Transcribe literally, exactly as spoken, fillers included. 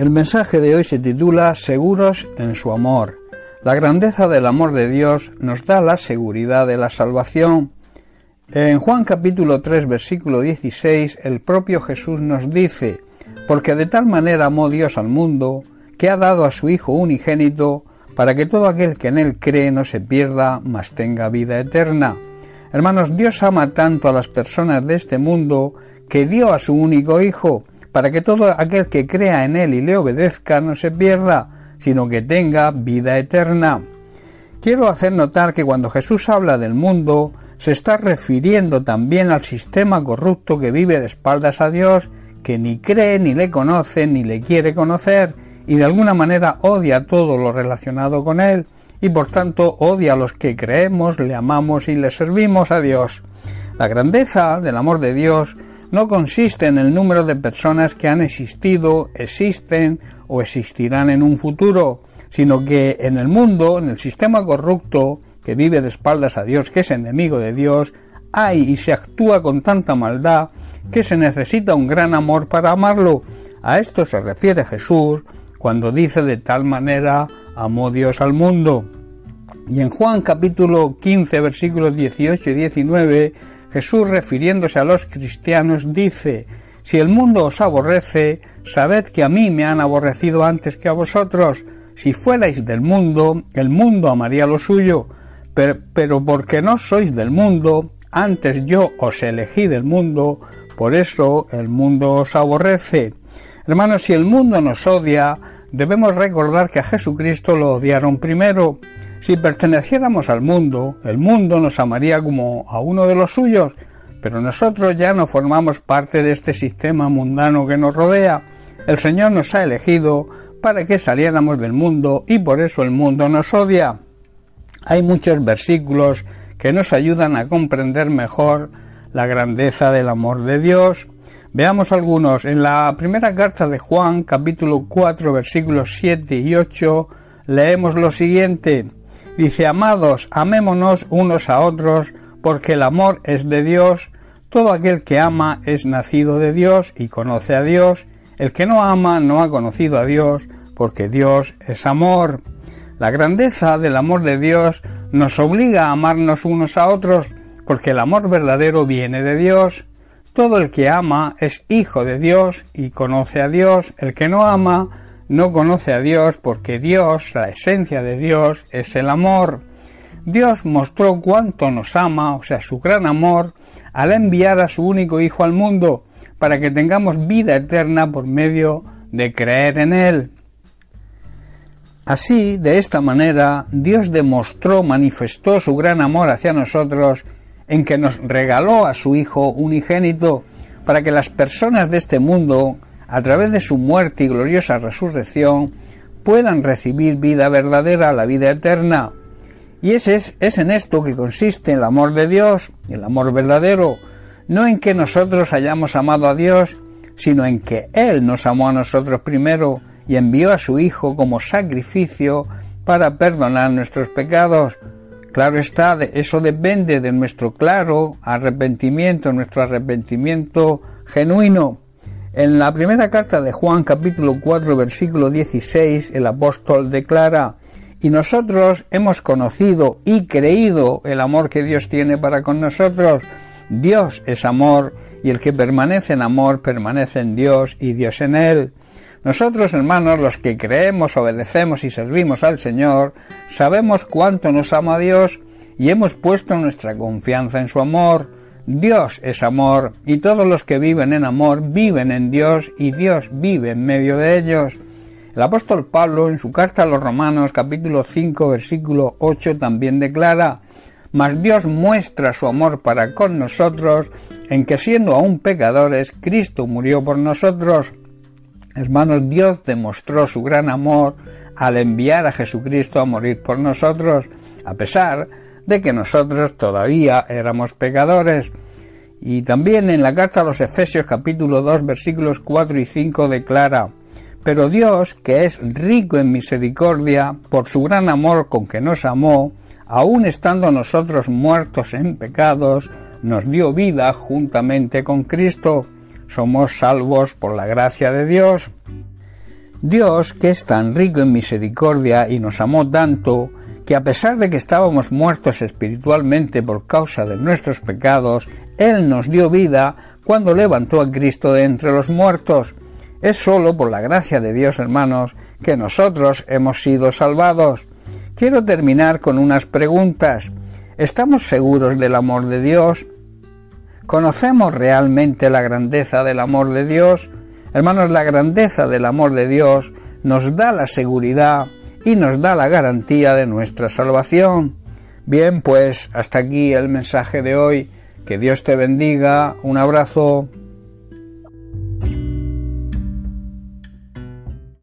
El mensaje de hoy se titula Seguros en su amor. La grandeza del amor de Dios nos da la seguridad de la salvación. En Juan capítulo tres, versículo dieciséis, el propio Jesús nos dice: porque de tal manera amó Dios al mundo, que ha dado a su Hijo unigénito, para que todo aquel que en él cree no se pierda, mas tenga vida eterna. Hermanos, Dios ama tanto a las personas de este mundo, que dio a su único Hijo, para que todo aquel que crea en él y le obedezca no se pierda, sino que tenga vida eterna. Quiero hacer notar que cuando Jesús habla del mundo, se está refiriendo también al sistema corrupto que vive de espaldas a Dios, que ni cree, ni le conoce, ni le quiere conocer, y de alguna manera odia todo lo relacionado con él, y por tanto odia a los que creemos, le amamos y le servimos a Dios. La grandeza del amor de Dios no consiste en el número de personas que han existido, existen o existirán en un futuro, sino que en el mundo, en el sistema corrupto que vive de espaldas a Dios, que es enemigo de Dios, hay y se actúa con tanta maldad que se necesita un gran amor para amarlo. A esto se refiere Jesús cuando dice: de tal manera amó Dios al mundo. Y en Juan capítulo quince, versículos dieciocho y diecinueve, Jesús, refiriéndose a los cristianos, dice: si el mundo os aborrece, sabed que a mí me han aborrecido antes que a vosotros. Si fuerais del mundo, el mundo amaría lo suyo, pero, pero porque no sois del mundo, antes yo os elegí del mundo, por eso el mundo os aborrece. Hermanos, si el mundo nos odia, debemos recordar que a Jesucristo lo odiaron primero. Si perteneciéramos al mundo, el mundo nos amaría como a uno de los suyos, pero nosotros ya no formamos parte de este sistema mundano que nos rodea. El Señor nos ha elegido para que saliéramos del mundo y por eso el mundo nos odia. Hay muchos versículos que nos ayudan a comprender mejor la grandeza del amor de Dios. Veamos algunos. En la primera carta de Juan, capítulo cuatro, versículos siete y ocho, leemos lo siguiente. Dice: amados, amémonos unos a otros, porque el amor es de Dios. Todo aquel que ama es nacido de Dios y conoce a Dios. El que no ama no ha conocido a Dios, porque Dios es amor. La grandeza del amor de Dios nos obliga a amarnos unos a otros, porque el amor verdadero viene de Dios. Todo el que ama es hijo de Dios y conoce a Dios. El que no ama no conoce a Dios, porque Dios, la esencia de Dios, es el amor. Dios mostró cuánto nos ama, o sea, su gran amor, al enviar a su único Hijo al mundo, para que tengamos vida eterna por medio de creer en Él. Así, de esta manera, Dios demostró, manifestó su gran amor hacia nosotros, en que nos regaló a su Hijo unigénito, para que las personas de este mundo, a través de su muerte y gloriosa resurrección, puedan recibir vida verdadera, la vida eterna. Y ese es, es en esto que consiste el amor de Dios, el amor verdadero, no en que nosotros hayamos amado a Dios, sino en que Él nos amó a nosotros primero y envió a su Hijo como sacrificio para perdonar nuestros pecados. Claro está, eso depende de nuestro claro arrepentimiento, nuestro arrepentimiento genuino. En la primera carta de Juan, capítulo cuatro, versículo dieciséis, el apóstol declara: y nosotros hemos conocido y creído el amor que Dios tiene para con nosotros. Dios es amor, y el que permanece en amor permanece en Dios y Dios en él. Nosotros, hermanos, los que creemos, obedecemos y servimos al Señor, sabemos cuánto nos ama Dios y hemos puesto nuestra confianza en su amor. Dios es amor, y todos los que viven en amor viven en Dios y Dios vive en medio de ellos. El apóstol Pablo, en su carta a los Romanos, capítulo cinco, versículo ocho, también declara: mas Dios muestra su amor para con nosotros, en que siendo aún pecadores, Cristo murió por nosotros. Hermanos, Dios demostró su gran amor al enviar a Jesucristo a morir por nosotros, a pesar de que nosotros todavía éramos pecadores. Y también en la carta a los Efesios, capítulo dos, versículos cuatro y cinco, declara: pero Dios, que es rico en misericordia, por su gran amor con que nos amó, aun estando nosotros muertos en pecados, nos dio vida juntamente con Cristo. Somos salvos por la gracia de Dios. Dios, que es tan rico en misericordia y nos amó tanto, que a pesar de que estábamos muertos espiritualmente por causa de nuestros pecados, Él nos dio vida cuando levantó a Cristo de entre los muertos. Es sólo por la gracia de Dios, hermanos, que nosotros hemos sido salvados. Quiero terminar con unas preguntas. ¿Estamos seguros del amor de Dios? ¿Conocemos realmente la grandeza del amor de Dios? Hermanos, la grandeza del amor de Dios nos da la seguridad y nos da la garantía de nuestra salvación. Bien, pues hasta aquí el mensaje de hoy. Que Dios te bendiga. Un abrazo.